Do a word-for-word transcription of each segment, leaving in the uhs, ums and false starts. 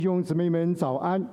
弟兄姊妹们早安。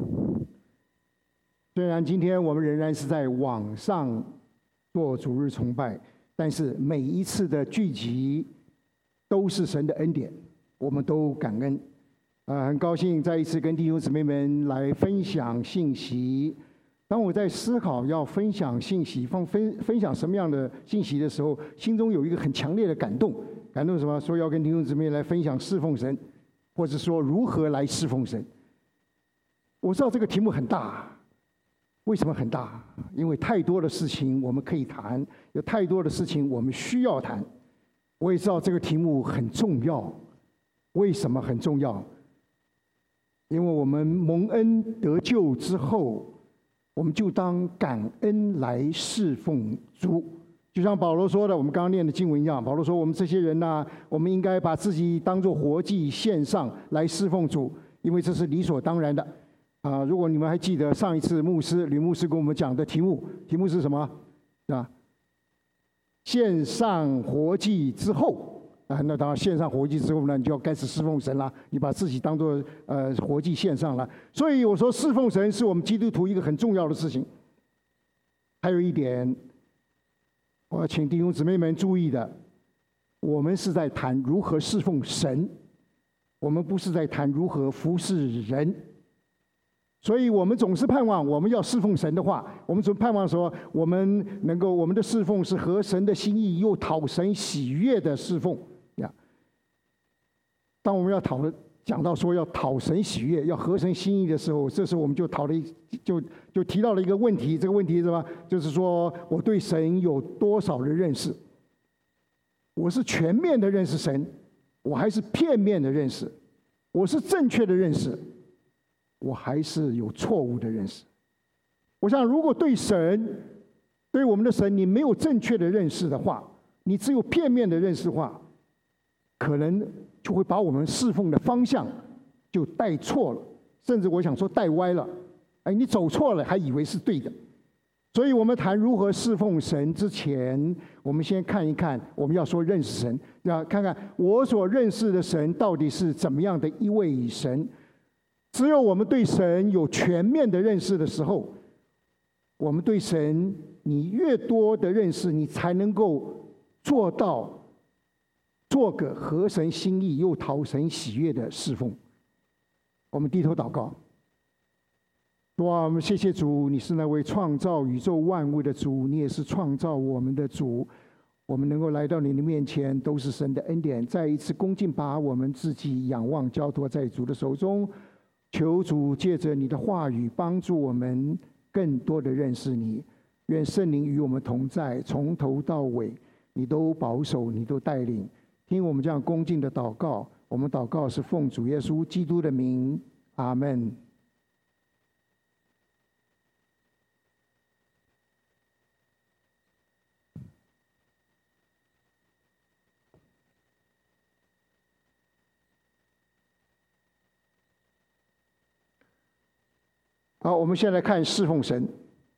虽然今天我们仍然是在网上做主日崇拜，但是每一次的聚集都是神的恩典，我们都感恩。呃，很高兴再一次跟弟兄姊妹们来分享信息。当我在思考要分享信息、分分分享什么样的信息的时候，心中有一个很强烈的感动。感动什么？说要跟弟兄姊妹来分享侍奉神，或者说如何来侍奉神。我知道这个题目很大，为什么很大？因为太多的事情我们可以谈，有太多的事情我们需要谈。我也知道这个题目很重要，为什么很重要？因为我们蒙恩得救之后，我们就当感恩来侍奉主。就像保罗说的，我们刚刚念的经文一样，保罗说我们这些人呢、啊，我们应该把自己当作活祭献上来侍奉主，因为这是理所当然的。啊，如果你们还记得上一次牧师吕牧师跟我们讲的题目，题目是什么？啊，献上活祭之后啊，那当然献上活祭之后呢，你就要开始侍奉神了，你把自己当作呃活祭献上了。所以我说侍奉神是我们基督徒一个很重要的事情。还有一点，我要请弟兄姊妹们注意的，我们是在谈如何侍奉神，我们不是在谈如何服侍人。所以我们总是盼望，我们要侍奉神的话，我们总盼望说，我们能够我们的侍奉是合神的心意，又讨神喜悦的侍奉呀。当我们要讨讲到说要讨神喜悦、要合神心意的时候，这时候我们就讨了一就就提到了一个问题，这个问题是什么？就是说我对神有多少的认识？我是全面的认识神，我还是片面的认识？我是正确的认识？我还是有错误的认识。我想，如果对神、对我们的神，你没有正确的认识的话，你只有片面的认识的话，可能就会把我们侍奉的方向就带错了，甚至我想说带歪了。哎，你走错了，还以为是对的。所以我们谈如何侍奉神之前，我们先看一看，我们要说认识神，要看看我所认识的神到底是怎么样的一位神。只有我们对神有全面的认识的时候，我们对神你越多的认识，你才能够做到做个合神心意又讨神喜悦的侍奉。我们低头祷告。哇，我们谢谢主，你是那位创造宇宙万物的主，你也是创造我们的主。我们能够来到你的面前，都是神的恩典。再一次恭敬把我们自己仰望交托在主的手中。求主借着你的话语帮助我们更多的认识你，愿圣灵与我们同在，从头到尾你都保守，你都带领。听我们这样恭敬的祷告，我们祷告是奉主耶稣基督的名，阿们。好，我们现在看侍奉神。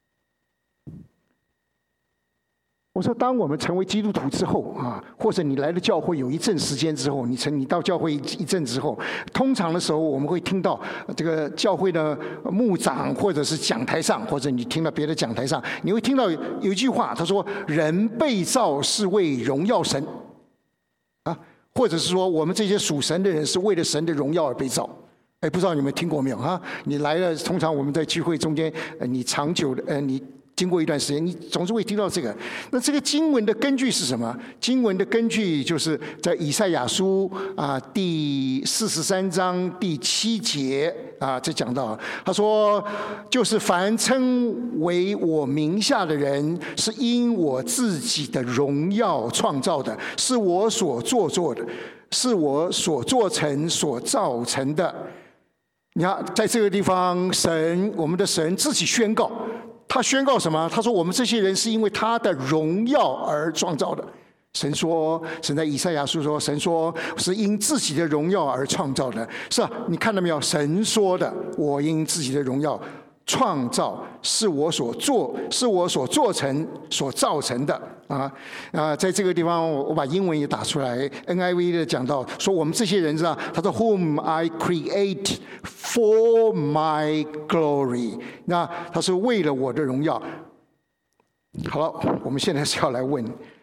我说，当我们成为基督徒之后啊，或者你来了教会有一阵时间之后，你成你到教会一阵之后，通常的时候我们会听到这个教会的牧长或者是讲台上，或者你听到别的讲台上，你会听到有一句话，他说：“人被造是为荣耀神。”啊，或者是说我们这些属神的人是为了神的荣耀而被造。哎，不知道你们听过没有哈？你来了，通常我们在聚会中间，呃，你长久的，呃，你经过一段时间，你总是会听到这个。那这个经文的根据是什么？经文的根据就是在以赛亚书啊第四十三章第七节啊，这讲到，他说，就是凡称为我名下的人，是因我自己的荣耀创造的，是我所做作的，是我所做成、所造成的。你看，在这个地方，神，我们的神自己宣告，他宣告什么？他说：“我们这些人是因为他的荣耀而创造的。”神说，神在以赛亚书说，神说是因自己的荣耀而创造的。是啊，你看到没有？神说的，我因自己的荣耀创造是我所做，是我所做成、所造成的啊啊！在这个地方，我我把英文也打出来 ，N I V 的讲到说，我们这些人知道，他说 ，Whom I create for my glory。那他是为了我的荣耀。好了，我们现在是要来问：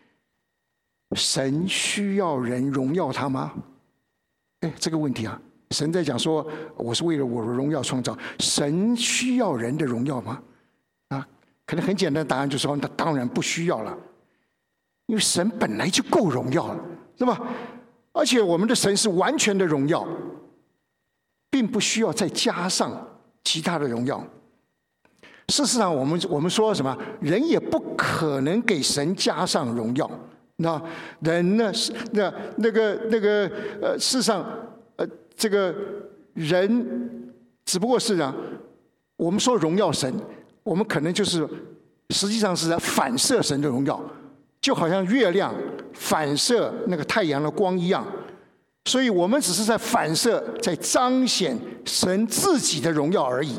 神需要人荣耀他吗？哎，这个问题啊。神在讲说，我是为了我的荣耀创造。神需要人的荣耀吗？啊，可能很简单的答案就是说，那当然不需要了，因为神本来就够荣耀了，是吧？而且我们的神是完全的荣耀，并不需要再加上其他的荣耀。事实上，我们我们说什么？人也不可能给神加上荣耀。那人呢？是那那个那个呃，事实上。这个人只不过是啊，我们说荣耀神，我们可能就是实际上是在反射神的荣耀，就好像月亮反射那个太阳的光一样。所以我们只是在反射，在彰显神自己的荣耀而已。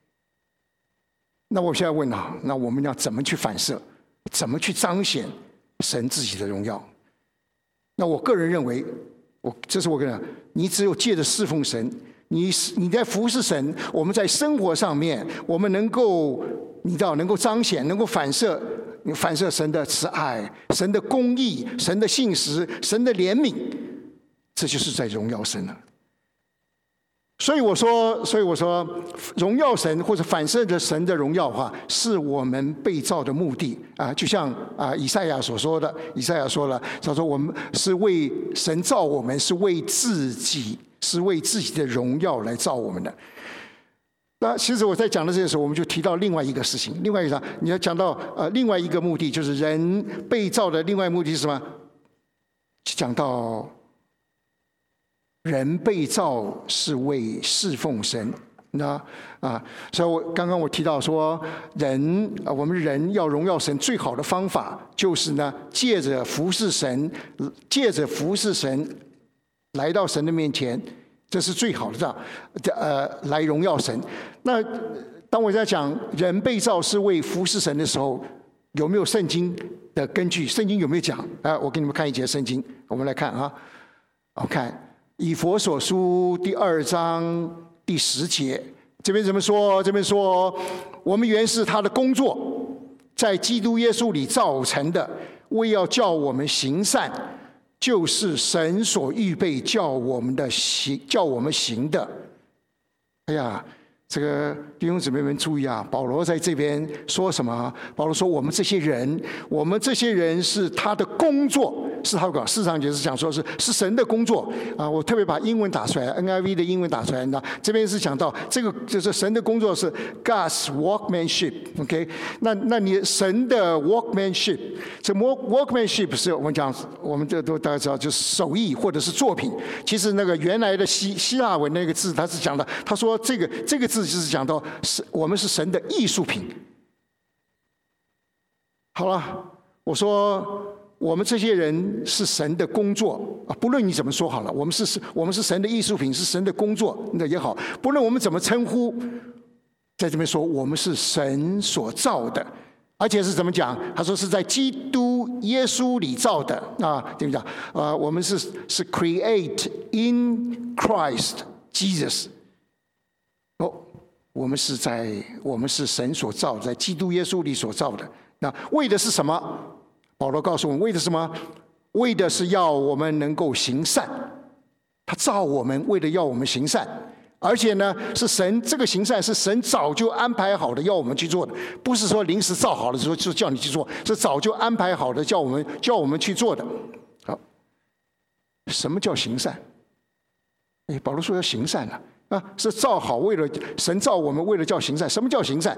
那我现在问啊，那我们要怎么去反射，怎么去彰显神自己的荣耀？那我个人认为。我这是我跟你讲，你只有借着侍奉神，你你在服侍神，我们在生活上面，我们能够你知道能够彰显，能够反射反射神的慈爱、神的公义、神的信实、神的怜悯，这就是在荣耀神了。所以我说，所以我说，荣耀神或者反射着神的荣耀的话，是我们被造的目的啊！就像啊，以赛亚所说的，以赛亚说了，他说我们是为神造我们，是为自己，是为自己的荣耀来造我们的。那其实我在讲的这个时候，我们就提到另外一个事情，另外一个你要讲到呃另外一个目的，就是人被造的另外目的是什么？讲到。人被造是为侍奉神，那啊，所以我刚刚我提到说，人啊，我们人要荣耀神最好的方法就是呢，借着服侍神，借着服侍神，来到神的面前，这是最好的，这样，呃，来荣耀神。那当我在讲人被造是为服侍神的时候，有没有圣经的根据？圣经有没有讲？啊，我给你们看一节圣经，我们来看啊，我看。以弗所书第二章第十节，这边怎么说？这边说，我们原是他的工作，在基督耶稣里造成的，为要叫我们行善，就是神所预备叫我们的行，叫我们行的。哎呀，这个弟兄姊妹们注意啊！保罗在这边说什么？保罗说：“我们这些人，我们这些人是他的工作。”是他讲，市场就是讲说是是神的工作啊！我特别把英文打出来 ，N I V 的英文打出来。那这边是讲到这个，就是神的工作是 God's workmanship。OK， 那那你神的 workmanship， 这 work workmanship 是我们讲，我们这都大家知道，就是手艺或者是作品。其实那个原来的希希腊文那个字，他是讲的，他说这个这个字就是讲到是我们是神的艺术品。好了，我说。我们这些人是神的工作啊，不论你怎么说好了，我们是我们是神的艺术品，是神的工作，那也好。不论我们怎么称呼，在这边说我们是神所造的，而且是怎么讲？他说是在基督耶稣里造的啊，怎么讲？啊，我们是是 create in Christ Jesus。哦，我们是在我们是神所造，在基督耶稣里所造的。那为的是什么？保罗告诉我们，为的是什么？为的是要我们能够行善。他造我们，为了要我们行善，而且呢，是神这个行善是神早就安排好的，要我们去做的，不是说临时造好了说就叫你去做，是早就安排好的，叫我们叫我们去做的。好，什么叫行善？哎，保罗说要行善了啊，是造好，为了神造我们，为了叫行善。什么叫行善？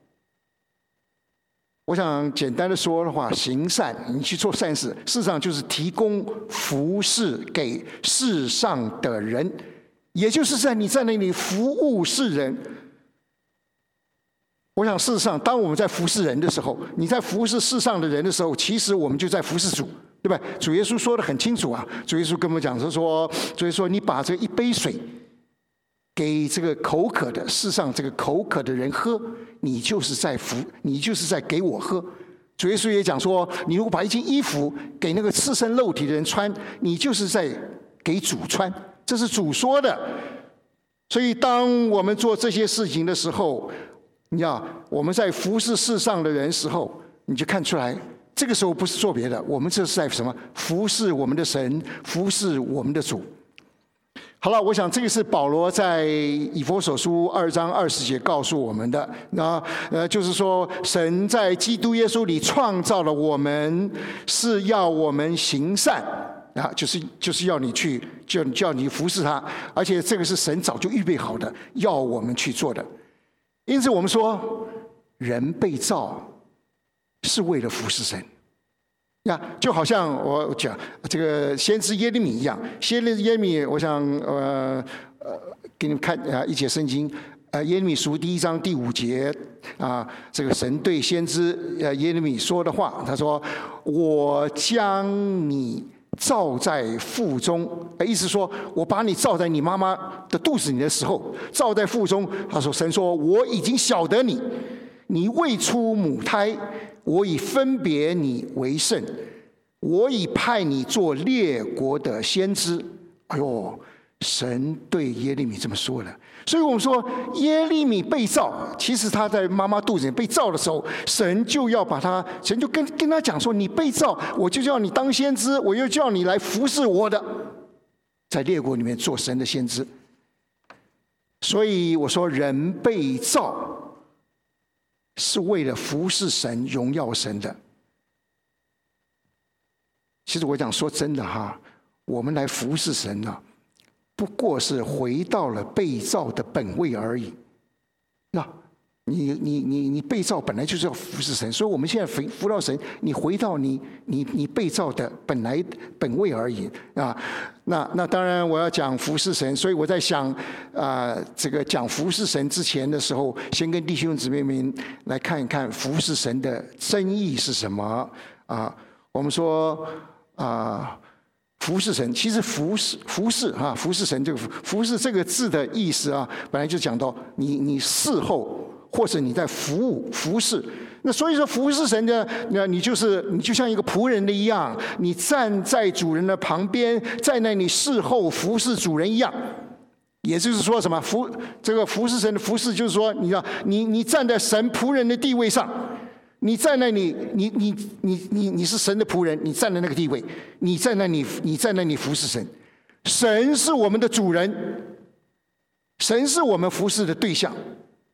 我想简单的说的话，行善，你去做善事，事实上就是提供服事给世上的人，也就是在你在那里服务世人。我想事实上，当我们在服侍人的时候，你在服侍世上的人的时候，其实我们就在服侍主，对吧？主耶稣说得很清楚啊，主耶稣跟我们讲是说，主耶稣说，你把这一杯水给这个口渴的世上这个口渴的人喝，你就是在服，你就是在给我喝。主耶稣也讲说，你如果把一件衣服给那个赤身露体的人穿，你就是在给主穿，这是主说的。所以当我们做这些事情的时候，你知道我们在服侍世上的人时候，你就看出来，这个时候不是做别的，我们这是在什么？服侍我们的神，服侍我们的主。好了，我想这个是保罗在以弗所书二章二十节告诉我们的。那呃，就是说，神在基督耶稣里创造了我们，是要我们行善啊，就是就是要你去，就叫你服侍他，而且这个是神早就预备好的，要我们去做的。因此，我们说，人被造是为了服侍神。呀，就好像我讲这个先知耶利米一样，先知耶利米，我想呃呃给你们看啊一节圣经，呃耶利米书第一章第五节啊，这个神对先知呃耶利米说的话，他说：“我将你造在腹中”，意思说我把你造在你妈妈的肚子里的时候，造在腹中。他说：“神说我已经晓得你，你未出母胎。”我已分别你为圣，我已派你做列国的先知。哎呦，神对耶利米这么说了。所以我们说，耶利米被造，其实他在妈妈肚子里被造的时候，神就要把他，神就跟跟他讲说：你被造，我就叫你当先知，我又叫你来服侍我的，在列国里面做神的先知。所以我说，人被造是为了服侍神、荣耀神的。其实我讲说真的哈，我们来服侍神呢、啊，不过是回到了被造的本位而已。那你你你你被造本来就是要服侍神，所以我们现在服服到神，你回到你你你被造的本来本位而已啊。那那当然我要讲服侍神，所以我在想啊、呃，这个讲服侍神之前的时候，先跟弟兄姊妹们来看一看服侍神的真意是什么啊。我们说啊。服侍神，其实服侍服侍啊，服侍神这个服侍这个字的意思啊，本来就讲到你你侍候，或者你在服务服侍。那所以说服侍神呢，那你就是你就像一个仆人的一样，你站在主人的旁边，在那里侍候服侍主人一样。也就是说什么服这个服侍神的服侍，就是说你知道你你站在神仆人的地位上。你在那里，你你你你你是神的仆人，你站在那个地位，你在那里，你在那里服侍神。神是我们的主人，神是我们服侍的对象。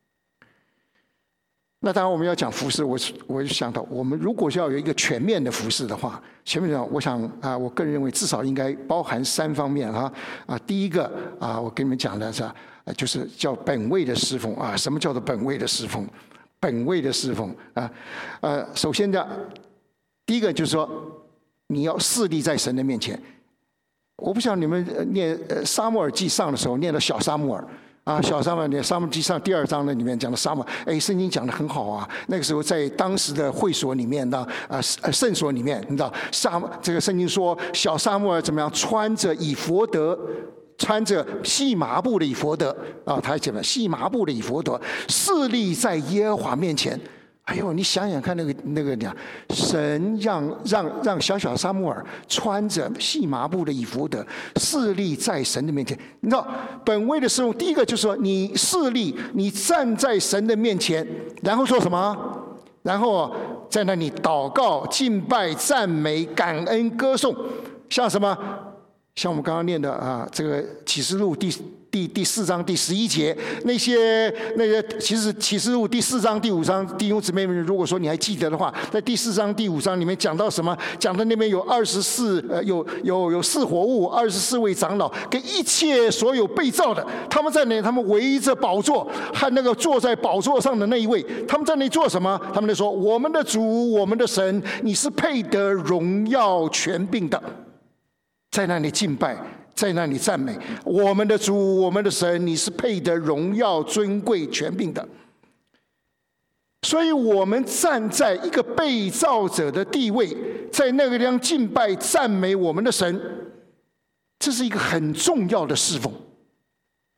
那当然，我们要讲服侍，我我就想到，我们如果是要有一个全面的服侍的话，全面讲，我想啊，我个人认为至少应该包含三方面啊啊，第一个啊，我跟你们讲的是啊，就是叫本位的侍奉啊。什么叫做本位的侍奉？本位的侍奉啊，呃，首先的第一个就是说，你要侍立在神的面前。我不晓得你们念《撒母耳记上》的时候念到小撒母耳啊，小撒母耳念《撒母耳记上》第二章呢，里面讲的撒母耳，哎，圣经讲的很好啊。那个时候在当时的会所里面呢，啊，圣所里面，你知道，撒这个圣经说，小撒母耳怎么样，穿着以弗得。穿着细麻布的以弗得啊，他还讲了细麻布的以弗得，侍立在耶和华面前。哎呦，你想想看，那个那个讲，神让让让小小撒母耳穿着细麻布的以弗得，侍立在神的面前。你知道，本位的侍奉，第一个就是说，你侍立，你站在神的面前，然后做什么？然后在那里祷告、敬拜、赞美、感恩、歌颂，像什么？像我们刚刚念的啊，这个启示录第第第四章第十一节，那些那些其实启示录第四章第五章，弟兄姊妹们，如果说你还记得的话，在第四章第五章里面讲到什么？讲的那边有二十四呃有有有四活物，二十四位长老跟一切所有被造的，他们在那，他们围着宝座和那个坐在宝座上的那一位，他们在那里做什么？他们就说：我们的主，我们的神，你是配得荣耀权柄的。在那里敬拜，在那里赞美我们的主，我们的神，你是配得荣耀、尊贵、权柄的。所以，我们站在一个被造者的地位，在那个地方敬拜、赞美我们的神，这是一个很重要的侍奉。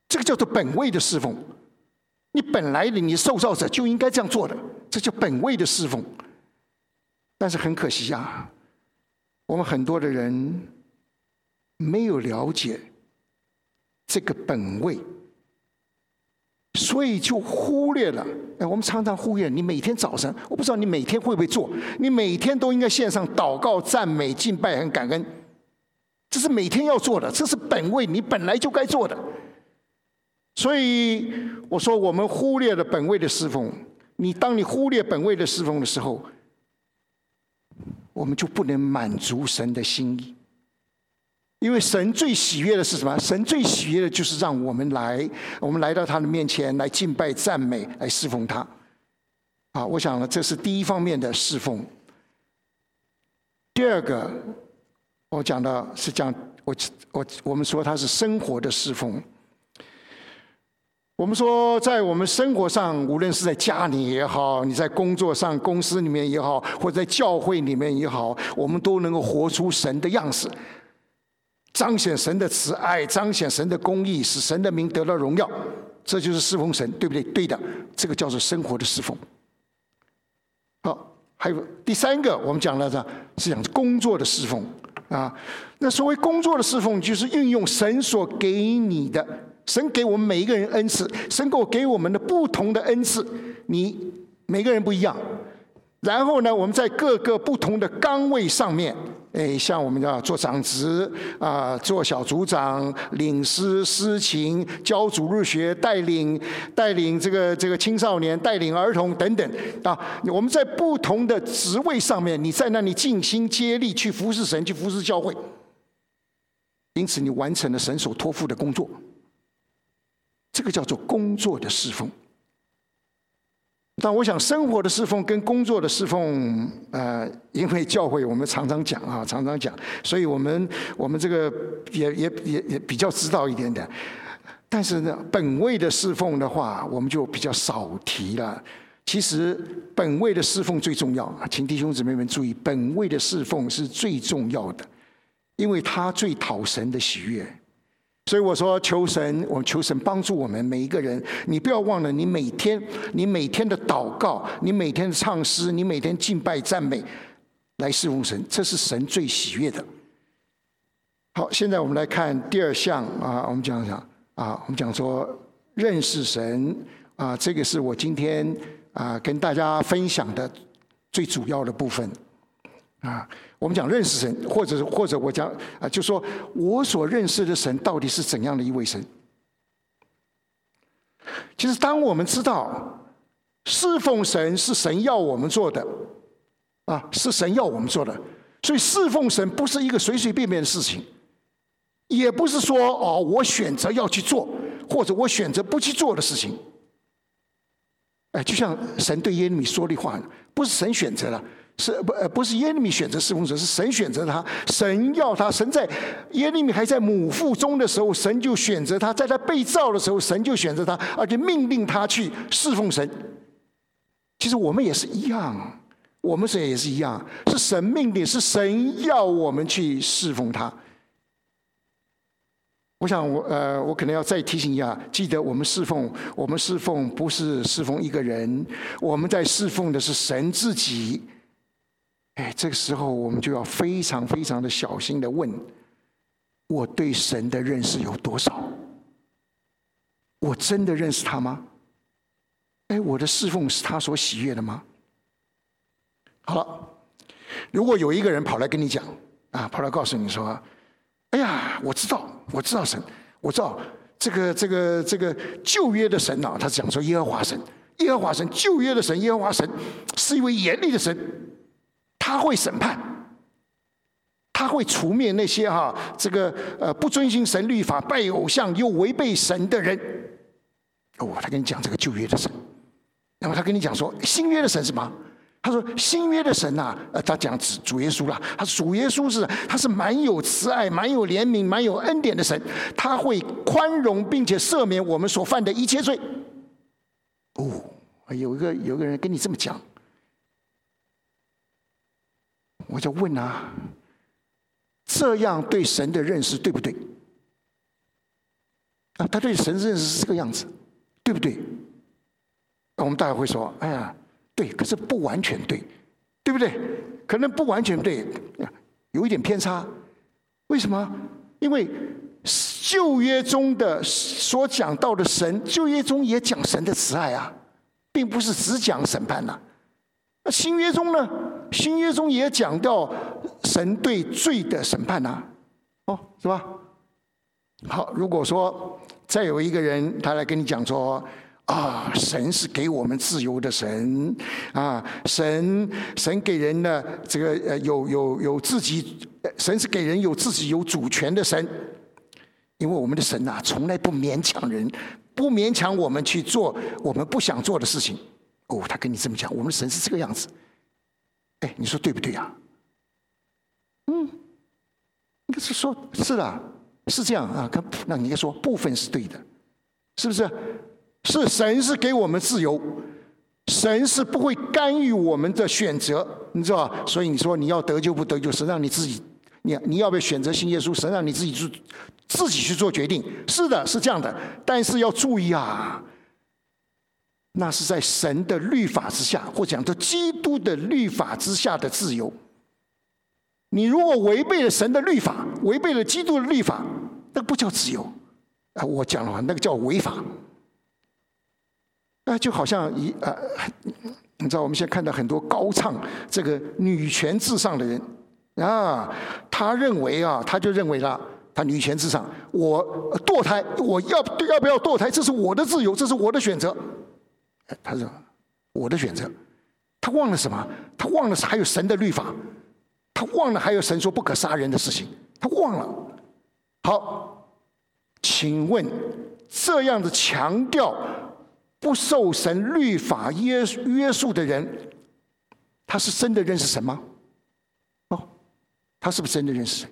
这个叫做本位的侍奉。你本来的你受造者就应该这样做的，这叫本位的侍奉。但是很可惜啊，我们很多的人没有了解这个本位，所以就忽略了。哎，我们常常忽略，你每天早晨，我不知道你每天会不会做，你每天都应该献上祷告、赞美、敬拜和感恩，这是每天要做的，这是本位，你本来就该做的。所以我说，我们忽略了本位的侍奉。你当你忽略本位的侍奉的时候，我们就不能满足神的心意。因为神最喜悦的是什么？神最喜悦的就是让我们来，我们来到他的面前来敬拜、赞美，来侍奉他。啊，我想呢，这是第一方面的侍奉。第二个，我讲的是讲我我我们说它是生活的侍奉。我们说，在我们生活上，无论是在家里也好，你在工作上、公司里面也好，或者在教会里面也好，我们都能够活出神的样式，彰显神的慈爱，彰显神的公义，使神的名得到荣耀。这就是侍奉神，对不对？对的，这个叫做生活的侍奉。好，还有第三个，我们讲了的是讲工作的侍奉啊。那所谓工作的侍奉，就是运用神所给你的。神给我们每一个人恩赐，神给我给我们的不同的恩赐，你每个人不一样。然后呢，我们在各个不同的岗位上面，哎，像我们要做长职啊、呃，做小组长、领诗、司琴、教主日学、带领带领这个这个青少年、带领儿童等等啊，我们在不同的职位上面，你在那里尽心竭力去服侍神，去服侍教会。因此，你完成了神所托付的工作。这个叫做工作的侍奉。但我想，生活的侍奉跟工作的侍奉，呃，因为教会我们常常讲啊，常常讲，所以我们我们这个也也也也比较知道一点点。但是呢，本位的侍奉的话，我们就比较少提了。其实，本位的侍奉最重要，请弟兄姊妹们注意，本位的侍奉是最重要的，因为它最讨神的喜悦。所以我说，求神，我求神帮助我们每一个人。你不要忘了，你每天，你每天的祷告，你每天的唱诗，你每天敬拜赞美，来侍奉神，这是神最喜悦的。好，现在我们来看第二项啊，我们讲讲啊，我们讲说认识神啊，这个是我今天啊跟大家分享的最主要的部分啊。我们讲认识神，或者或者我讲啊，就说我所认识的神到底是怎样的一位神？其实，当我们知道侍奉神是神要我们做的啊，是神要我们做的，所以侍奉神不是一个随随便便的事情，也不是说哦，我选择要去做，或者我选择不去做的事情。哎，就像神对耶利米说的话，不是神选择了。是不呃不是耶利米选择侍奉神，是神选择他。神要他，神在耶利米还在母腹中的时候，神就选择他；在他被造的时候，神就选择他，而且命令他去侍奉神。其实我们也是一样，我们神也是一样，是神命令，是神要我们去侍奉他。我想我呃，我可能要再提醒一下，记得我们侍奉，我们侍奉不是侍奉一个人，我们在侍奉的是神自己。哎，这个时候我们就要非常非常的小心的问：我对神的认识有多少？我真的认识他吗？哎，我的侍奉是他所喜悦的吗？好了，如果有一个人跑来跟你讲啊，跑来告诉你说：哎呀，我知道，我知道神，我知道这个这个这个旧约的神啊，他讲说耶和华神，耶和华神，旧约的神，耶和华神是一位严厉的神。他会审判，他会除灭那些哈、啊、这个呃不遵行神律法、拜偶像又违背神的人。哦，他跟你讲这个旧约的神，然后他跟你讲说新约的神是吗？他说新约的神呐、啊，呃，他讲主耶稣啦，他说主耶稣是他是蛮有慈爱、蛮有怜悯、蛮有恩典的神，他会宽容并且赦免我们所犯的一切罪。哦，有一个有一个人跟你这么讲。我就问啊，这样对神的认识对不对？ 啊，他对神认识是这个样子，对不对？我们大家会说，哎呀，对，可是不完全对，对不对？可能不完全对，有一点偏差。为什么？因为旧约中的所讲到的神，旧约中也讲神的慈爱啊，并不是只讲审判呐、啊。那新约中呢？新约中也讲到神对罪的审判呐、啊，哦，是吧？好，如果说再有一个人他来跟你讲说，啊，神是给我们自由的神啊，神神给人的这个呃有有有自己，神是给人有自己有主权的神，因为我们的神啊，从来不勉强人，不勉强我们去做我们不想做的事情。哦，他跟你这么讲，我们的神是这个样子，哎，你说对不对啊？嗯，应该是说，是的，是这样啊。那你应该说部分是对的，是不是？是神是给我们自由，神是不会干预我们的选择，你知道吧？所以你说你要得救不得救，神让你自己，你你要不要选择信耶稣？神让你自己去自己去做决定。是的，是这样的，但是要注意啊，那是在神的律法之下，或讲的基督的律法之下的自由。你如果违背了神的律法，违背了基督的律法，那个不叫自由啊！我讲了，那个叫违法。那就好像一呃，你知道我们现在看到很多高唱这个女权至上的人啊，他认为啊，他就认为了，他女权至上，我堕胎，我要要不要堕胎，这是我的自由，这是我的选择。他说我的选择，他忘了什么？他忘了还有神的律法，他忘了还有神说不可杀人的事情，他忘了。好，请问这样的强调不受神律法约约束的人，他是真的认识神吗？哦，他是不是真的认识神？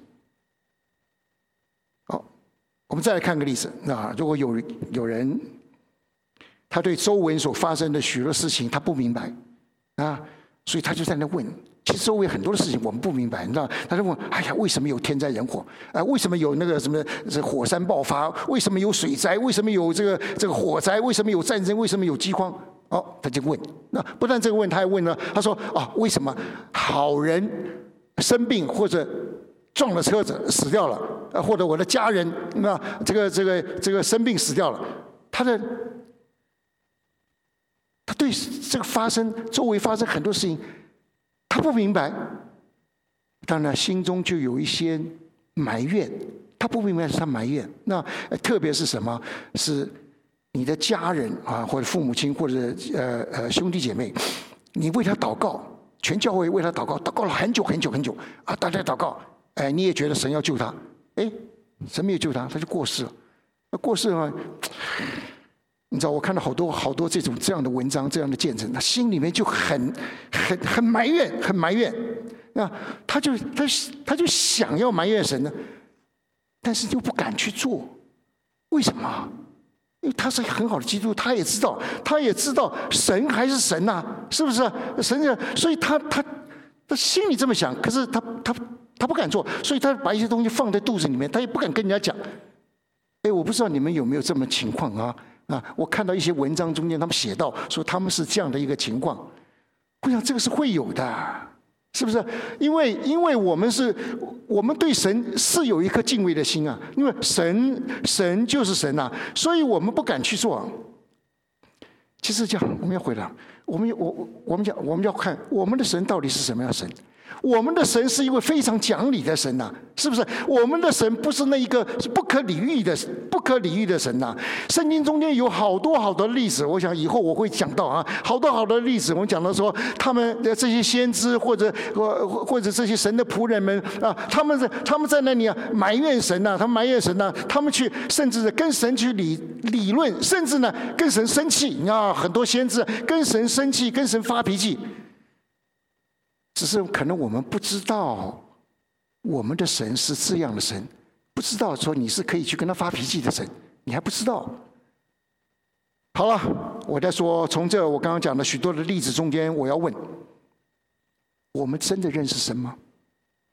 好，我们再来看个例子啊，如果有有人他对周围所发生的许多事情他不明白啊，所以他就在那问。其实周围很多的事情我们不明白，你知道？他就问：哎呀，为什么有天灾人祸？啊，为什么有那个什么这火山爆发？为什么有水灾？为什么有这个这个火灾？为什么有战争？为什么有饥荒？哦，他就问。那不但这个问，他还问了，他说：啊，为什么好人生病或者撞了车子死掉了，啊，或者我的家人那这个这个这个生病死掉了，他的他对这个发生周围发生很多事情。他不明白，当然心中就有一些埋怨。他不明白是他埋怨，那特别是什么？是你的家人啊，或者父母亲，或者呃呃兄弟姐妹，你为他祷告，全教会为他祷告，祷告了很久很久很久啊，大家祷告，哎，你也觉得神要救他，哎，神没有救他，他就过世了。那过世了。你知道我看到好多好多这种这样的文章，这样的见证，他心里面就很很很埋怨，很埋怨。那他就他他就想要埋怨神呢，但是又不敢去做。为什么？因为他是很好的基督徒，他也知道，他也知道神还是神呐、啊，是不是？神，所以他他他心里这么想，可是他他他不敢做，所以他把一些东西放在肚子里面，他也不敢跟人家讲。哎，我不知道你们有没有这么情况啊？啊，我看到一些文章中间，他们写到说他们是这样的一个情况，我想这个是会有的，是不是？因为因为我们是，我们对神是有一颗敬畏的心啊，因为神神就是神啊，所以我们不敢去做。其实这样，我们要回来，我们我我们讲我们要看我们的神到底是什么样的神。我们的神是一位非常讲理的神呐、啊，是不是？我们的神不是那一个是不可理喻的、不可理喻的神呐、啊。圣经中间有好多好多例子，我想以后我会讲到啊，好多好多例子。我们讲到说，他们的这些先知或者或或者这些神的仆人们啊，他们在他们在那里啊埋怨神呐、啊，他们埋怨神呐、啊，他们去甚至跟神去理理论，甚至呢跟神生气。你看很多先知跟神生气，跟神发脾气。只是可能我们不知道，我们的神是这样的神，不知道说你是可以去跟他发脾气的神，你还不知道。好了，我在说从这我刚刚讲的许多的例子中间，我要问：我们真的认识神吗？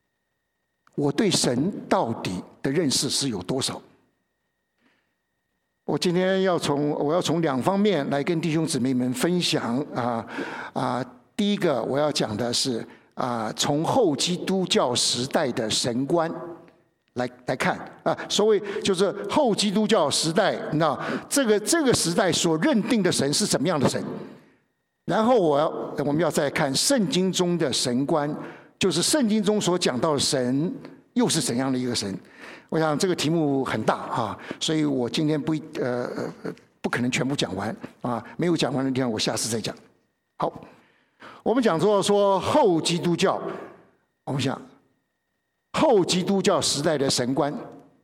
我对神到底的认识是有多少？ 我今天要从我要从两方面来跟弟兄姊妹们分享啊啊，第一个我要讲的是啊，从后基督教时代的神观来来看啊，所谓就是后基督教时代，你知道这个这个时代所认定的神是怎么样的神？然后我要我们要再看圣经中的神观，就是圣经中所讲到的神又是怎样的一个神？我想这个题目很大啊，所以我今天不呃不可能全部讲完啊，没有讲完的地方我下次再讲。好，我们讲说说后基督教，我们想后基督教时代的神观。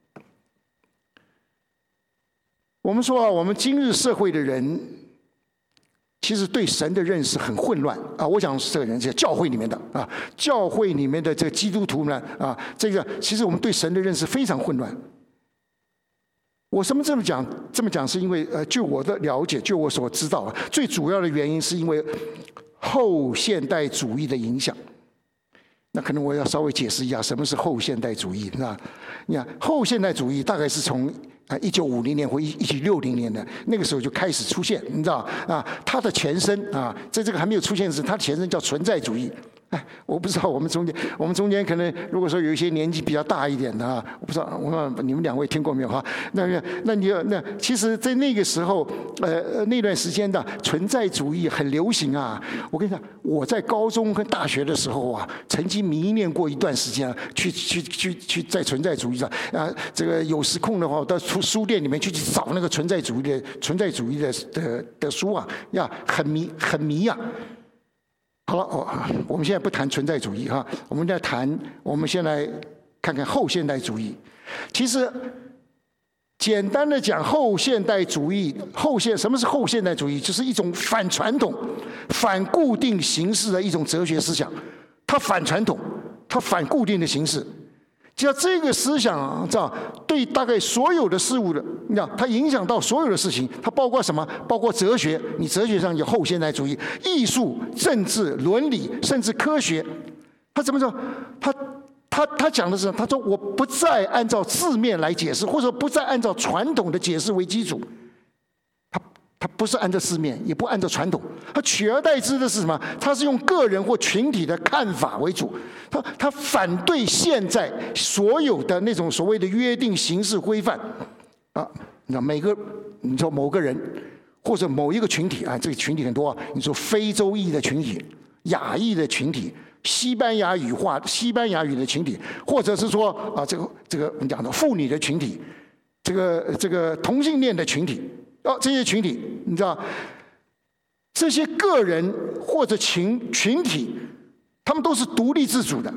我们说啊，我们今日社会的人其实对神的认识很混乱啊！我想这个人是教会里面的啊，教会里面的这个基督徒呢啊，这个其实我们对神的认识非常混乱。我什么这么讲？这么讲是因为呃，就我的了解，就我所知道啊，最主要的原因是因为后现代主义的影响。那可能我要稍微解释一下什么是后现代主义，是吧？你看后现代主义大概是从啊一九五零年或一一九六零年的那个时候就开始出现，你知道啊？它的前身啊，在这个还没有出现时，它的前身叫存在主义。哎，我不知道我们中间，我们中间可能如果说有一些年纪比较大一点的啊，我不知道，我你们两位听过没有哈？那个，那你那其实，在那个时候，呃，那段时间的存在主义很流行啊。我跟你讲，我在高中跟大学的时候啊，曾经迷恋过一段时间，去去去去在存在主义上啊，这个有时空的话，我到书书店里面去找那个存在主义的存在主义的的的书啊，呀，很迷很迷呀、啊。好了，我我们现在不谈存在主义哈，我们在谈，我们先来看看后现代主义。其实，简单的讲，后现代主义，后现什么是后现代主义？就是一种反传统、反固定形式的一种哲学思想。它反传统，它反固定的形式。只要这个思想，知道对大概所有的事物的，你知道它影响到所有的事情，它包括什么？包括哲学，你哲学上有后现代主义，艺术、政治、伦理，甚至科学。他怎么说？他他他讲的是，他说我不再按照字面来解释，或者不再按照传统的解释为基础。他他不是按照字面，也不按照传统，他取而代之的是什么？他是用个人或群体的看法为主。他他反对现在所有的那种所谓的约定形式规范啊，那每个你说某个人或者某一个群体啊，这个群体很多啊，你说非洲裔的群体、亚裔的群体、西班牙语化、西班牙语的群体，或者是说啊，这个这个我们讲的妇女的群体，这个这个同性恋的群体，哦，这些群体，你知道，这些个人或者群群体。他们都是独立自主的，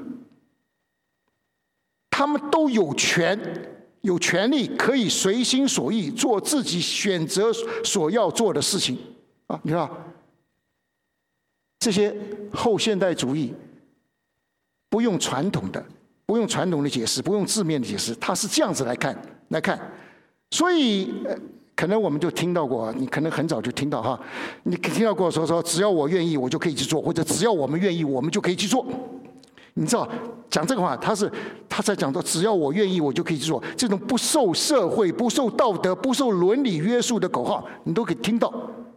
他们都有权、有权利可以随心所欲做自己选择所要做的事情啊！你知道，这些后现代主义不用传统的、不用传统的解释、不用字面的解释，他是这样子来看来看，所以。可能我们就听到过，你可能很早就听到哈，你听到过说说只要我愿意，我就可以去做，或者只要我们愿意，我们就可以去做。你知道讲这个话，他是他在讲到只要我愿意，我就可以去做，这种不受社会、不受道德、不受伦理约束的口号，你都可以听到。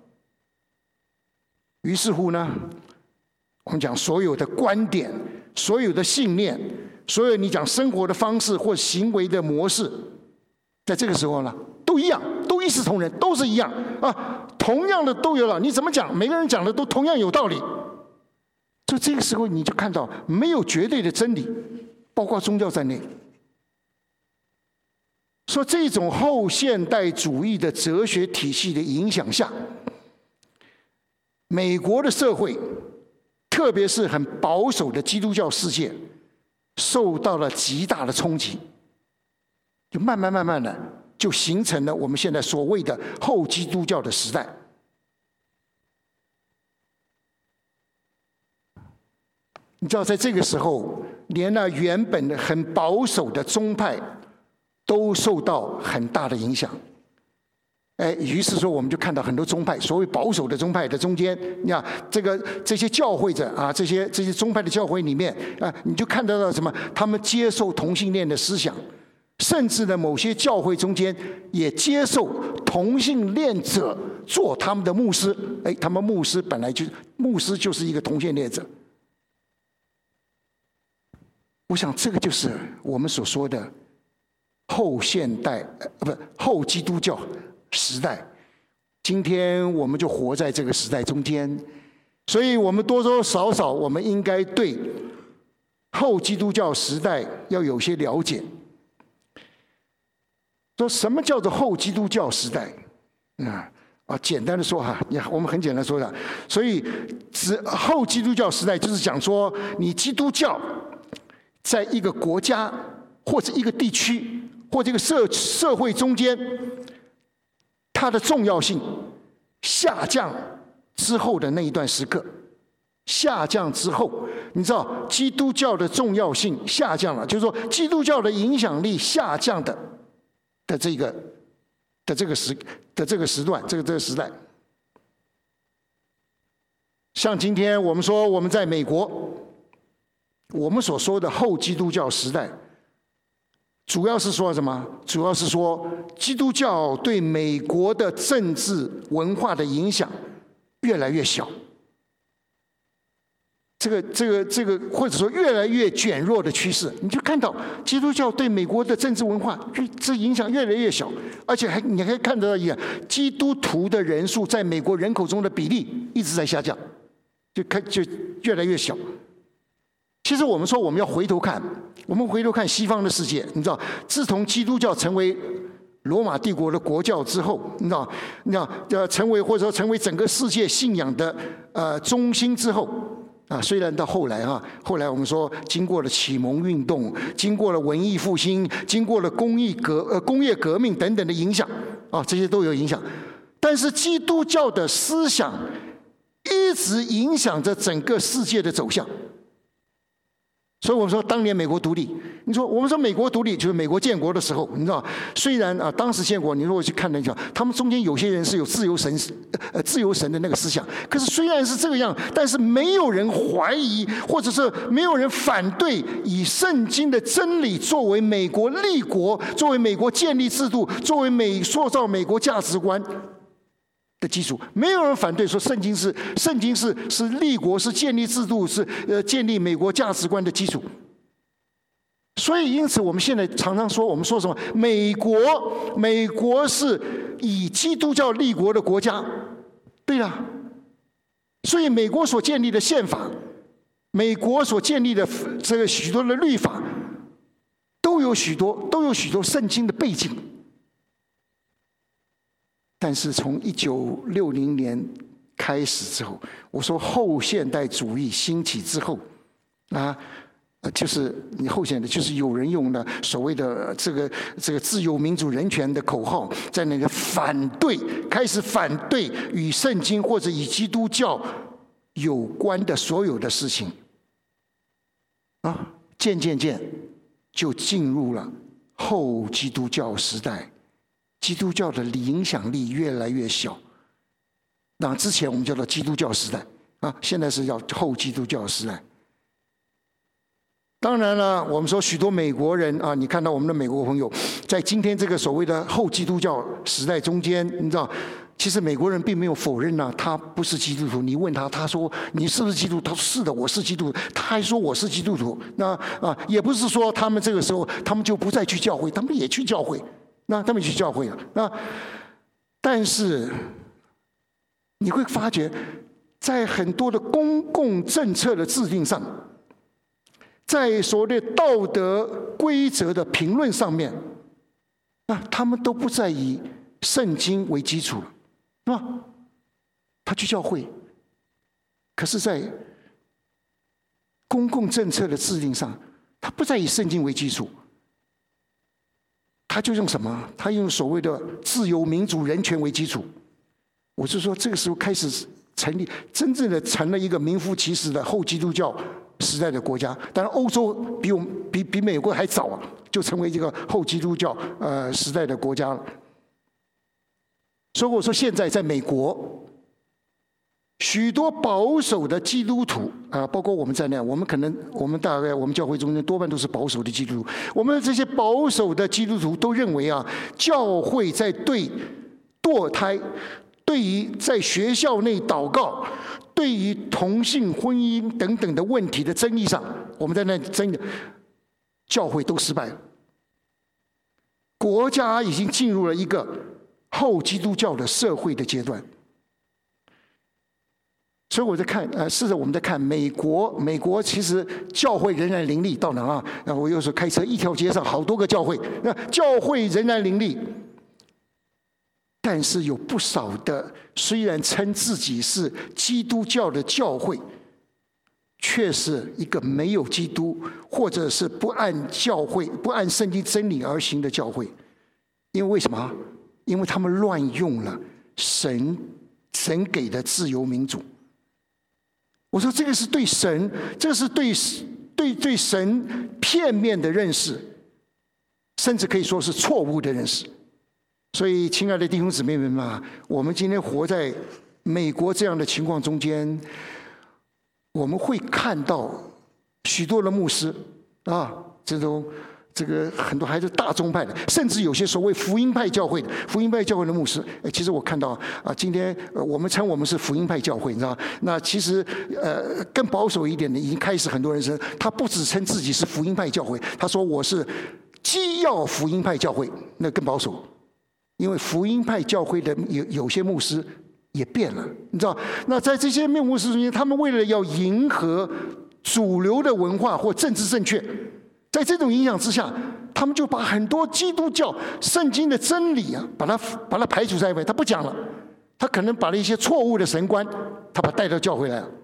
于是乎呢，我们讲所有的观点、所有的信念、所有你讲生活的方式或行为的模式，在这个时候呢，都一样，都一视同仁，都是一样啊，同样的都有了。你怎么讲，每个人讲的都同样有道理。就这个时候，你就看到没有绝对的真理，包括宗教在内。说这种后现代主义的哲学体系的影响下，美国的社会，特别是很保守的基督教世界，受到了极大的冲击。就慢慢慢慢的，就形成了我们现在所谓的后基督教的时代。你知道，在这个时候，连那原本的很保守的宗派，都受到很大的影响。哎，于是说，我们就看到很多宗派，所谓保守的宗派的中间，你看这个这些教会者啊，这些这些宗派的教会里面啊，你就看得到什么？他们接受同性恋的思想。 甚至呢，某些教会中间也接受同性恋者做他们的牧师。哎，他们牧师本来就牧师就是一个同性恋者。我想这个就是我们所说的后现代，呃，不，后基督教时代。今天我们就活在这个时代中间，所以我们多多少少，我们应该对后基督教时代要有些了解。说什么叫做后基督教时代？啊啊，简单的说哈，我们很简单说的，所以指后基督教时代就是讲说，你基督教在一个国家或者一个地区或这个社社会中间，它的重要性下降之后的那一段时刻，下降之后，你知道基督教的重要性下降了，就是说基督教的影响力下降的。的这个的这个时的这个时段，这个这个时代，像今天我们说我们在美国，我们所说的后基督教时代，主要是说什么？主要是说基督教对美国的政治文化的影响越来越小。这个、这个、这个，或者说越来越减弱的趋势，你就看到基督教对美国的政治文化这影响越来越小，而且还你还看到一样，基督徒的人数在美国人口中的比例一直在下降，就看就越来越小。其实我们说我们要回头看，我们回头看西方的世界，你知道，自从基督教成为罗马帝国的国教之后，你知道，你知道要成为或者说成为整个世界信仰的呃中心之后。啊，虽然到后来哈，后来我们说，经过了启蒙运动，经过了文艺复兴，经过了工艺革呃工业革命等等的影响，啊，这些都有影响。但是基督教的思想一直影响着整个世界的走向。所以我们说，当年美国独立，你说我们说美国独立就是美国建国的时候，你知道，虽然啊当时建国，你如果去看那个，他们中间有些人是有自由神呃自由神的那个思想，可是虽然是这个样，但是没有人怀疑，或者是没有人反对以圣经的真理作为美国立国、作为美国建立制度、作为美塑造美国价值观的基础，没有人反对说圣经是圣经是是立国、是建立制度、是呃建立美国价值观的基础。所以，因此我们现在常常说，我们说什么？美国，美国是以基督教立国的国家，对了。所以，美国所建立的宪法，美国所建立的这个许多的律法，都有许多都有许多圣经的背景。但是从一九六零年开始之后，我说后现代主义兴起之后，啊，就是你后现代，就是有人用了所谓的这个这个自由、民主、人权的口号，在那个反对，开始反对与圣经或者与基督教有关的所有的事情，啊，渐渐渐就进入了后基督教时代。基督教的影响力越来越小，那之前我们叫做基督教时代啊，现在是叫后基督教时代。当然了，我们说许多美国人啊，你看到我们的美国朋友，在今天这个所谓的后基督教时代中间，你知道，其实美国人并没有否认呢、啊，他不是基督徒。你问他，他说你是不是基督徒？他说是的，我是基督徒。他还说我是基督徒。那啊，也不是说他们这个时候他们就不再去教会，他们也去教会。那他们去教会了，那但是你会发觉，在很多的公共政策的制定上，在所谓的道德规则的评论上面，那他们都不再以圣经为基础了，是吧？他去教会，可是，在公共政策的制定上，他不再以圣经为基础。他就用什么？他用所谓的自由、民主、人权为基础。我是说，这个时候开始成立，真正的成了一个名副其实的后基督教时代的国家。当然，欧洲比我们比比美国还早啊，就成为一个后基督教呃时代的国家了。所以我说，现在在美国， 许多保守的基督徒啊，包括我们在内，我们可能我们大概我们教会中间多半都是保守的基督徒。我们这些保守的基督徒都认为啊，教会在对堕胎、对于在学校内祷告、对于同性婚姻等等的问题的争议上，我们在那争的，教会都失败了。国家已经进入了一个后基督教的社会的阶段。所以我在看，呃，试着我们在看美国，美国其实教会仍然林立，到哪啊？那我有时候开车，一条街上好多个教会，那教会仍然林立，但是有不少的虽然称自己是基督教的教会，却是一个没有基督，或者是不按教会、不按圣经真理而行的教会。因为为什么？因为他们乱用了神神给的自由民主。我说这个是对神，这个是对对对神片面的认识，甚至可以说是错误的认识。所以，亲爱的弟兄姊妹们啊，我们今天活在美国这样的情况中间，我们会看到许多的牧师啊，这种这个很多还是大宗派的，甚至有些所谓福音派教会的福音派教会的牧师。其实我看到啊，今天我们称我们是福音派教会，你知道，那其实呃更保守一点的，已经开始很多人称他不只称自己是福音派教会，他说我是基要福音派教会，那更保守。因为福音派教会的有有些牧师也变了，你知道，那在这些牧师中间，他们为了要迎合主流的文化或政治正确，在这种影响之下，他们就把很多基督教圣经的真理啊，把它把它排除在外，他不讲了。他可能把了一些错误的神观，他把它带到教会来了。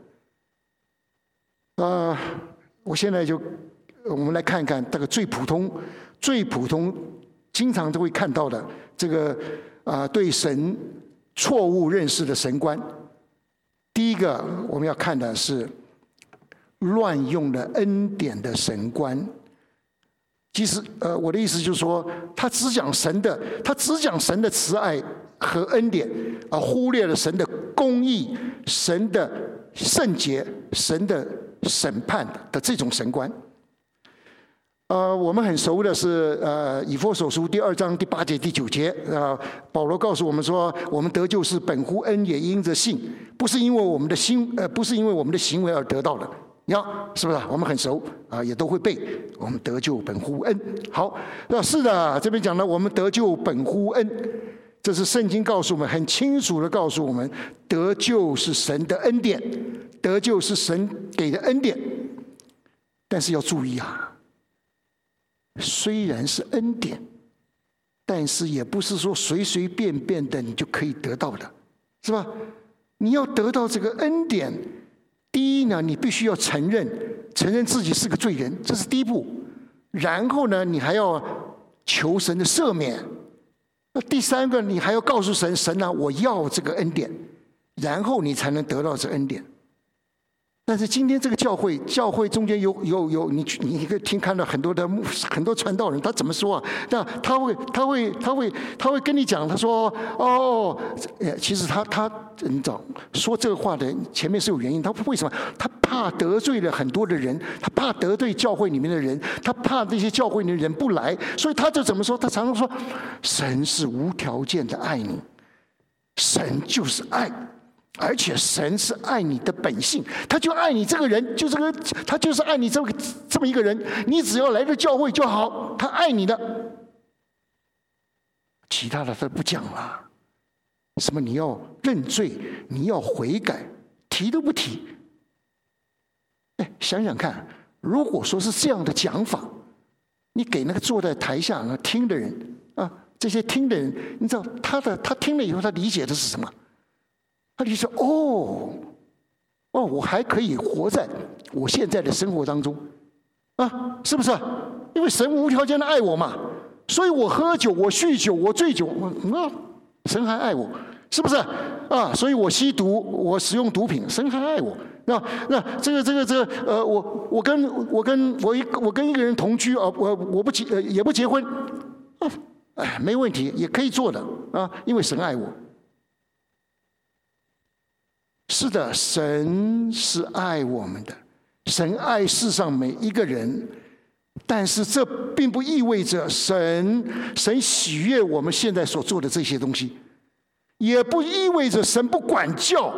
呃，我现在就我们来看一看这个最普通、最普通、经常都会看到的这个啊、呃、对神错误认识的神观。第一个我们要看的是乱用的恩典的神观。其实，呃，我的意思就是说，他只讲神的，他只讲神的慈爱和恩典，而忽略了神的公义、神的圣洁、神的审判的这种神观。呃，我们很熟的是，呃，以弗所书第二章第八节、第九节，啊、呃，保罗告诉我们说，我们得救是本乎恩，也因着信，不是因为我们的心，呃，不是因为我们的行为而得到的。你看是不是？我们很熟啊，也都会背。我们得救本乎恩。好，那是的，这边讲了，我们得救本乎恩，这是圣经告诉我们，很清楚的告诉我们，得救是神的恩典，得救是神给的恩典。但是要注意啊，虽然是恩典，但是也不是说随随便便的你就可以得到的，是吧？你要得到这个恩典。第一呢，你必须要承认，承认自己是个罪人，这是第一步。然后呢，你还要求神的赦免。那第三个，你还要告诉神，神啊，我要这个恩典，然后你才能得到这恩典。但是今天这个教会，教会中间有有有你你可以听看到很多的很多传道人，他怎么说啊？那他会他会他会他会跟你讲，他说哦，其实他他你知道说这个话的前面是有原因，他为什么？他怕得罪了很多的人，他怕得罪教会里面的人，他怕这些教会里的人不来，所以他就怎么说？他常常说，神是无条件的爱你，神就是爱。而且神是爱你的本性，他就爱你这个人，就这个，他就是爱你这么这么一个人。你只要来到教会就好，他爱你的。其他的他不讲了，什么你要认罪，你要悔改，提都不提。哎，想想看，如果说是这样的讲法，你给那个坐在台下那听的人啊，这些听的人，你知道他的他听了以后，他理解的是什么？他就说：“哦，哦，我还可以活在我现在的生活当中，啊，是不是？因为神无条件的爱我嘛，所以我喝酒，我酗酒，我醉酒，啊，神还爱我，是不是？啊，所以我吸毒，我使用毒品，神还爱我。那那这个这个这个呃，我我跟我跟我一我跟一个人同居啊，我我不结呃也不结婚，啊，哎，没问题，也可以做的啊，因为神爱我。” 是的，神是爱我们的，神爱世上每一个人，但是这并不意味着神神喜悦我们现在所做的这些东西，也不意味着神不管教。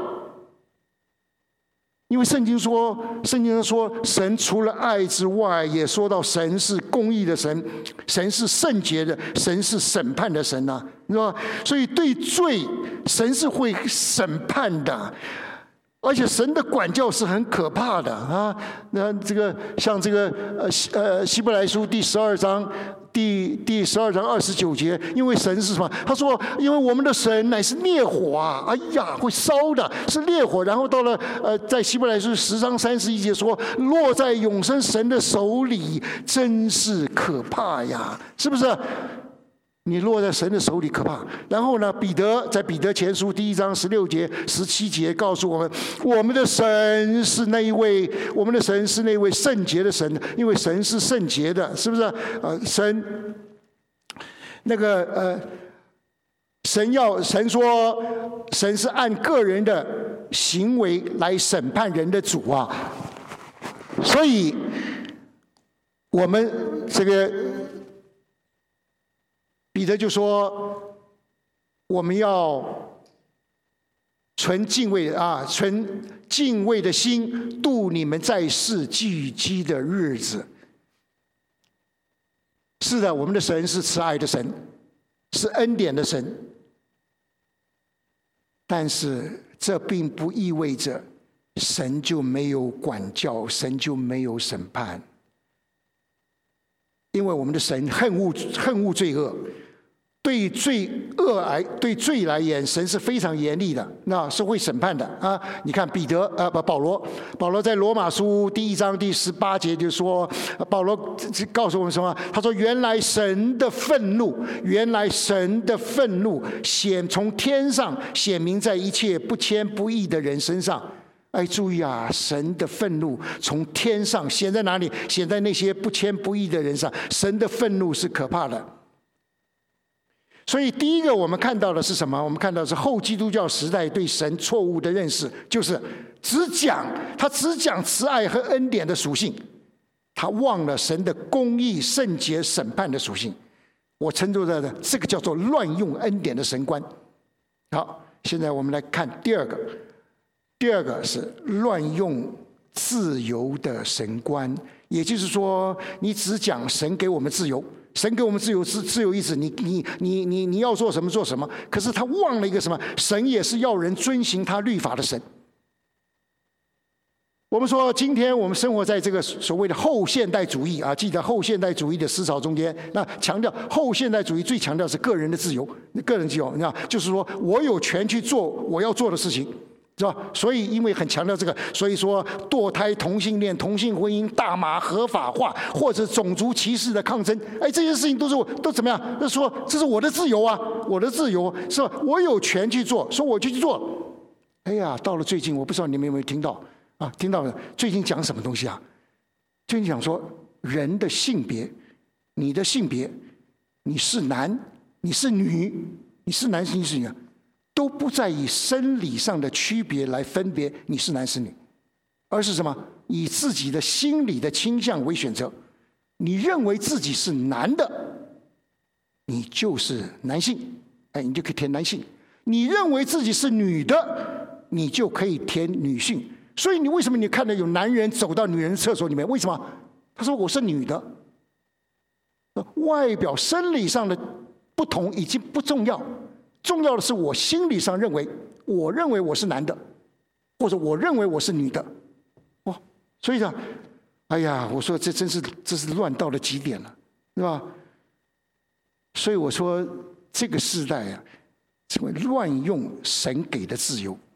因为圣经说，圣经说，神除了爱之外，也说到神是公义的神，神是圣洁的，神是审判的神呐、啊，是吧？所以对罪，神是会审判的。而且神的管教是很可怕的啊！那这个像这个呃呃希伯来书第十二章第第十二章二十九节，因为神是什么？他说，因为我们的神乃是烈火啊！哎呀，会烧的，是烈火。然后到了呃，在希伯来书十章三十一节说，落在永生神的手里，真是可怕呀！是不是？你落在神的手里可怕。然后呢，彼得在彼得前书第一章十六节、十七节告诉我们，我们的神是那一位，我们的神是那位圣洁的神，因为神是圣洁的，是不是？呃，神那个呃，神要神说，神是按个人的行为来审判人的主啊。所以，我们这个。彼得就说：“我们要存敬畏啊，存敬畏的心，度你们在世聚集的日子。”是的，我们的神是慈爱的神，是恩典的神。但是这并不意味着神就没有管教，神就没有审判。因为我们的神恨恶恨恶罪恶。对罪恶来，对罪来言，神是非常严厉的，那是会审判的啊！你看彼得，呃，不，保罗，保罗在罗马书第一章第十八节就说，保罗告诉我们什么？他说：“原来神的愤怒，原来神的愤怒显从天上显明在一切不谦不义的人身上。”哎，注意啊！神的愤怒从天上显在哪里？显在那些不谦不义的人上。神的愤怒是可怕的。所以，第一个我们看到的是什么？我们看到的是后基督教时代对神错误的认识，就是只讲他只讲慈爱和恩典的属性，他忘了神的公义、圣洁、审判的属性。我称作的这个叫做乱用恩典的神观。好，现在我们来看第二个，第二个是乱用自由的神观，也就是说，你只讲神给我们自由。神给我们自由自自由意志，你你你你你要做什么做什么。可是他忘了一个什么？神也是要人遵行他律法的神。我们说，今天我们生活在这个所谓的后现代主义啊，记得后现代主义的思潮中间，那强调后现代主义最强调是个人的自由，个人自由，你知道，就是说我有权去做我要做的事情。是吧？所以因为很强调这个，所以说堕胎、同性恋、同性婚姻、大麻合法化，或者种族歧视的抗争，哎，这些事情都是我都怎么样？就说这是我的自由啊，我的自由是吧？我有权去做，说我就去做。哎呀，到了最近，我不知道你们有没有听到啊？听到了？最近讲什么东西啊？最近讲说人的性别，你的性别，你是男，你是女，你是男性是女。都不再以生理上的区别来分别你是男是女，而是什么？以自己的心理的倾向为选择。你认为自己是男的，你就是男性，哎，你就可以填男性；你认为自己是女的，你就可以填女性。所以你为什么你看到有男人走到女人厕所里面？为什么？他说我是女的。外表生理上的不同已经不重要。重要的是，我心理上认为，我认为我是男的，或者我认为我是女的，哦，所以讲，哎呀，我说这真是这是乱到了极点了，是吧？所以我说这个时代啊，成为乱用神给的自由。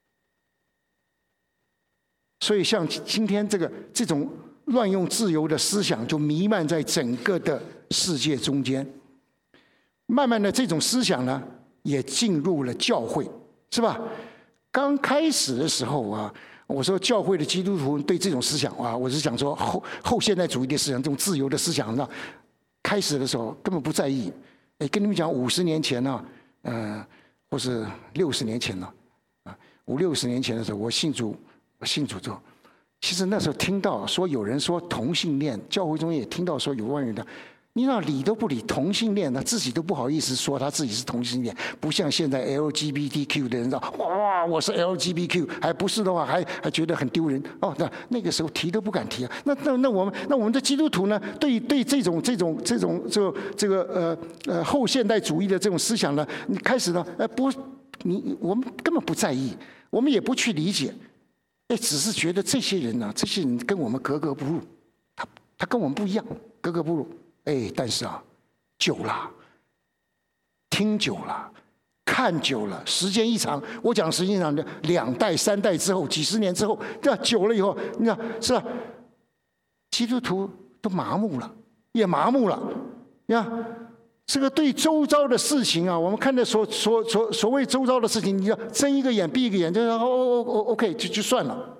所以像今天这个这种乱用自由的思想，就弥漫在整个的世界中间。慢慢的，这种思想呢，也进入了教会，是吧？刚开始的时候啊，我说教会的基督徒对这种思想啊，我是讲说后后现代主义的思想，这种自由的思想，那开始的时候根本不在意。哎，跟你们讲，五十年前呢、啊，呃，或是六十年前呢、啊，啊， 五六十年前的时候，我信主，我信主之后，其实那时候听到说有人说同性恋，教会中也听到说有外人的。你那理都不理同性恋，他自己都不好意思说他自己是同性恋，不像现在 L G B T Q 的人说哇我是 L G B T Q， 还不是的话还还觉得很丢人哦。那那个时候提都不敢提啊。那那那我们那我们的基督徒呢？对对这种这种这种这个这个呃呃后现代主义的这种思想呢，你开始呢呃不你我们根本不在意，我们也不去理解，哎，只是觉得这些人呢、啊，这些人跟我们格格不入，他他跟我们不一样，格格不入。哎，但是啊，久了，听久了，看久了，时间一长，我讲时间一长的两代、三代之后，几十年之后，对吧？久了以后，你看是吧？基督徒都麻木了，也麻木了。你看这个对周遭的事情啊，我们看的所所所所谓周遭的事情，你要睁一个眼闭一个眼，就哦哦哦 OK 就就算了。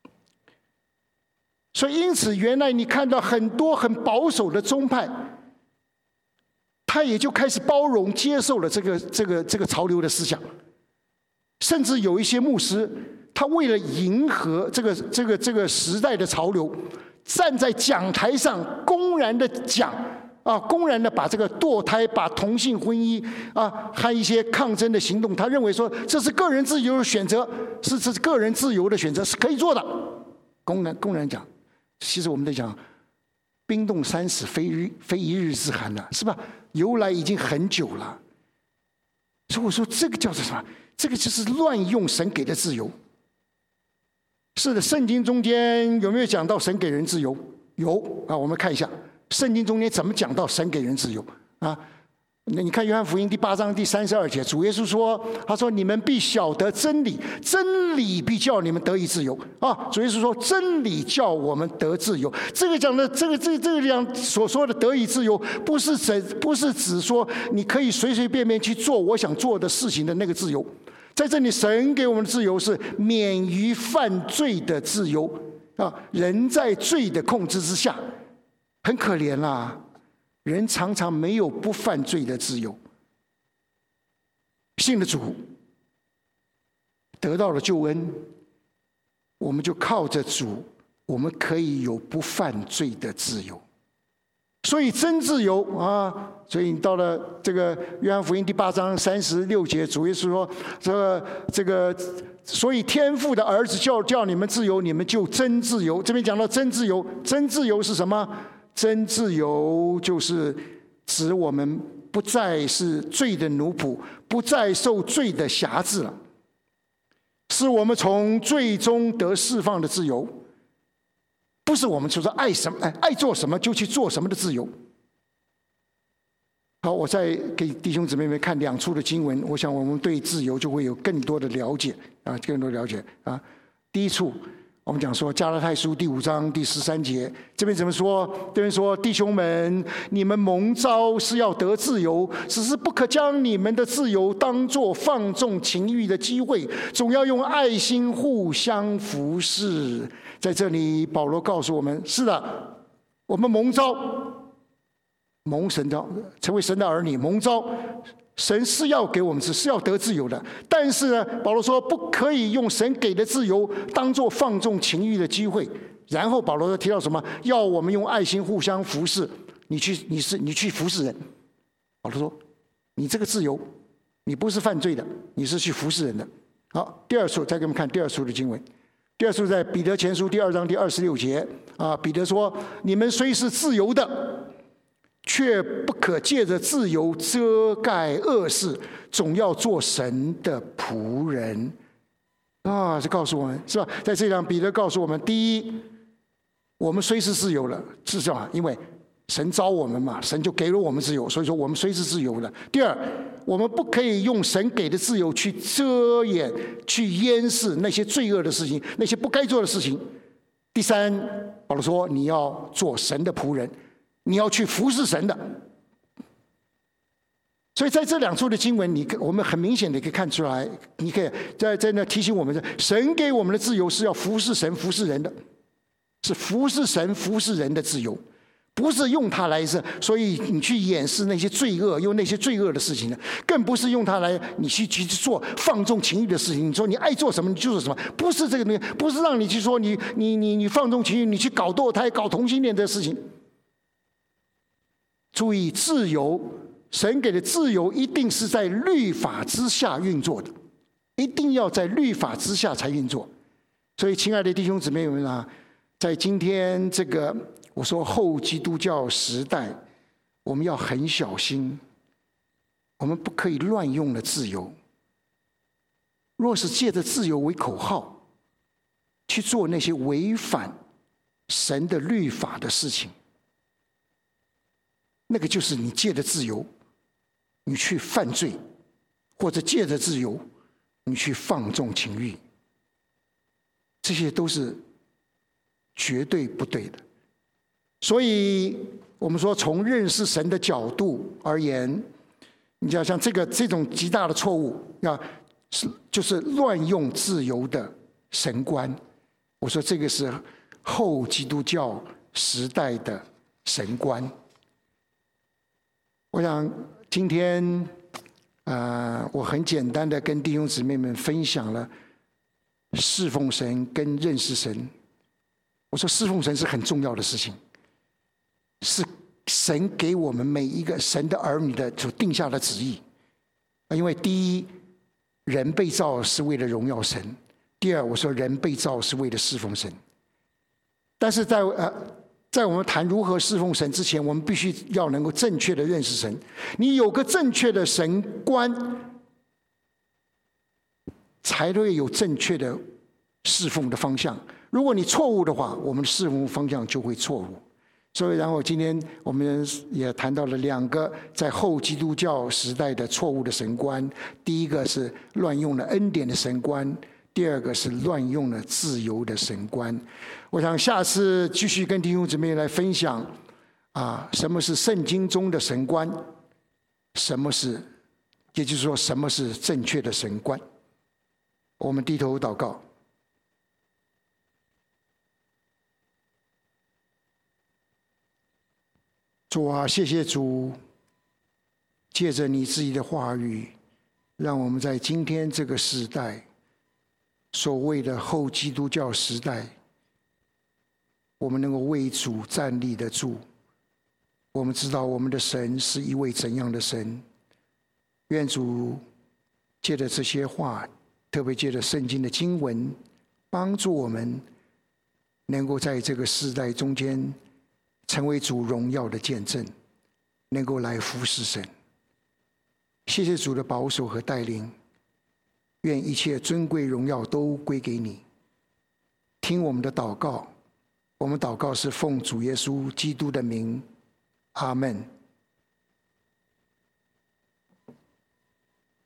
所以，因此，原来你看到很多很保守的宗派，他也就开始包容、接受了这个、这个、这个潮流的思想。甚至有一些牧师，他为了迎合这个、这个、这个时代的潮流，站在讲台上公然的讲啊，公然的把这个堕胎、把同性婚姻啊，和一些抗争的行动，他认为说这是个人自由的选择，是这是个人自由的选择，是可以做的，公然公然讲。其实我们在讲冰冻三尺非日非一日之寒了，是吧？由来已经很久了。所以我说这个叫做什么？这个就是乱用神给的自由。是的，圣经中间有没有讲到神给人自由？有啊，我们看一下圣经中间怎么讲到神给人自由啊？那你看约翰福音第八章第三十二节，主耶稣说：“他说你们必晓得真理，真理必叫你们得以自由。”啊，主耶稣说：“真理叫我们得自由。”这个讲的，这个这个、这个讲所说的得以自由，不是指不是指说你可以随随便便去做我想做的事情的那个自由。在这里，神给我们的自由是免于犯罪的自由啊！人在罪的控制之下，很可怜啦。人常常没有不犯罪的自由。信了主，得到了救恩，我们就靠着主，我们可以有不犯罪的自由。所以真自由啊！所以你到了这个约翰福音第八章三十六节，主耶稣说：“这个这个，所以天父的儿子叫叫你们自由，你们就真自由。”这边讲到真自由，真自由是什么？真自由就是指我们不再是罪的奴仆，不再受罪的辖制了，是我们从罪中得释放的自由，不是我们说爱什么爱做什么就去做什么的自由。好，我再给弟兄姊妹们看两处的经文，我想我们对自由就会有更多的了解啊，更多了解啊。第一处。我们讲说加拉太书第五章第十三节，这边怎么说？这边说：“弟兄们，你们蒙召是要得自由，只是不可将你们的自由当作放纵情欲的机会，总要用爱心互相服侍。”在这里，保罗告诉我们：是的，我们蒙召，蒙神召，成为神的儿女，蒙召。神是要给我们自，是要得自由的，但是呢，保罗说不可以用神给的自由当作放纵情欲的机会。然后保罗又提到什么？要我们用爱心互相服侍。你去，你是你去服侍人。保罗说，你这个自由，你不是犯罪的，你是去服侍人的。好，第二处再给我们看第二处的经文。第二处在彼得前书第二章第二十六节啊，彼得说：“你们虽是自由的，却不可借着自由遮盖恶事，总要做神的仆人。”啊，这告诉我们是吧？在这里，彼得告诉我们：第一，我们虽是自由了，是什么？因为神召我们嘛，神就给了我们自由，所以说我们虽是自由的。第二，我们不可以用神给的自由去遮掩、去掩饰那些罪恶的事情，那些不该做的事情。第三，保罗说：“你要做神的仆人。”你要去服侍神的，所以在这两处的经文，你我们很明显的可以看出来，你可以在在那提醒我们，神给我们的自由是要服侍神、服侍人的，是服侍神、服侍人的自由， 不是用它来是，所以你去掩饰那些罪恶，用那些罪恶的事情呢，更不是用它来你去去做放纵情欲的事情。你说你爱做什么你就做什么，不是这个东西，不是让你去说你你你你放纵情欲，你去搞堕胎、搞同性恋的事情。注意，自由，神给的自由一定是在律法之下运作的，一定要在律法之下才运作。所以，亲爱的弟兄姊妹们啊，在今天这个我说后基督教时代，我们要很小心，我们不可以乱用了自由。若是借着自由为口号，去做那些违反神的律法的事情，那个就是你借着自由，你去犯罪，或者借着自由，你去放纵情欲，这些都是绝对不对的。所以我们说，从认识神的角度而言，你要像这个这种极大的错误，要是就是乱用自由的神观。我说这个是后基督教时代的神观。我想今天，呃，我很简单的跟弟兄姊妹们分享了侍奉神跟认识神。我说侍奉神是很重要的事情，是神给我们每一个神的儿女的所定下的旨意。因为第一，人被造是为了荣耀神；第二，我说人被造是为了侍奉神。但是在呃，在我们谈如何侍奉神之前，我们必须要能够正确的认识神。你有个正确的神观，才会有正确的侍奉的方向。如果你错误的话，我们的侍奉方向就会错误。所以，然后今天我们也谈到了两个在后基督教时代的错误的神观。第一个是乱用了恩典的神观，第二个是乱用了自由的神观。我想下次继续跟弟兄姊妹来分享啊，什么是圣经中的神观，什么是，也就是说什么是正确的神观。我们低头祷告。主啊，谢谢主，借着你自己的话语，让我们在今天这个时代，所谓的后基督教时代，我们能够为主站立得住。我们知道我们的神是一位怎样的神。愿主借着这些话，特别借着圣经的经文，帮助我们能够在这个时代中间成为主荣耀的见证，能够来服侍神。谢谢主的保守和带领，愿一切尊贵荣耀都归给你。听我们的祷告，我们祷告是奉主耶稣基督的名，阿们。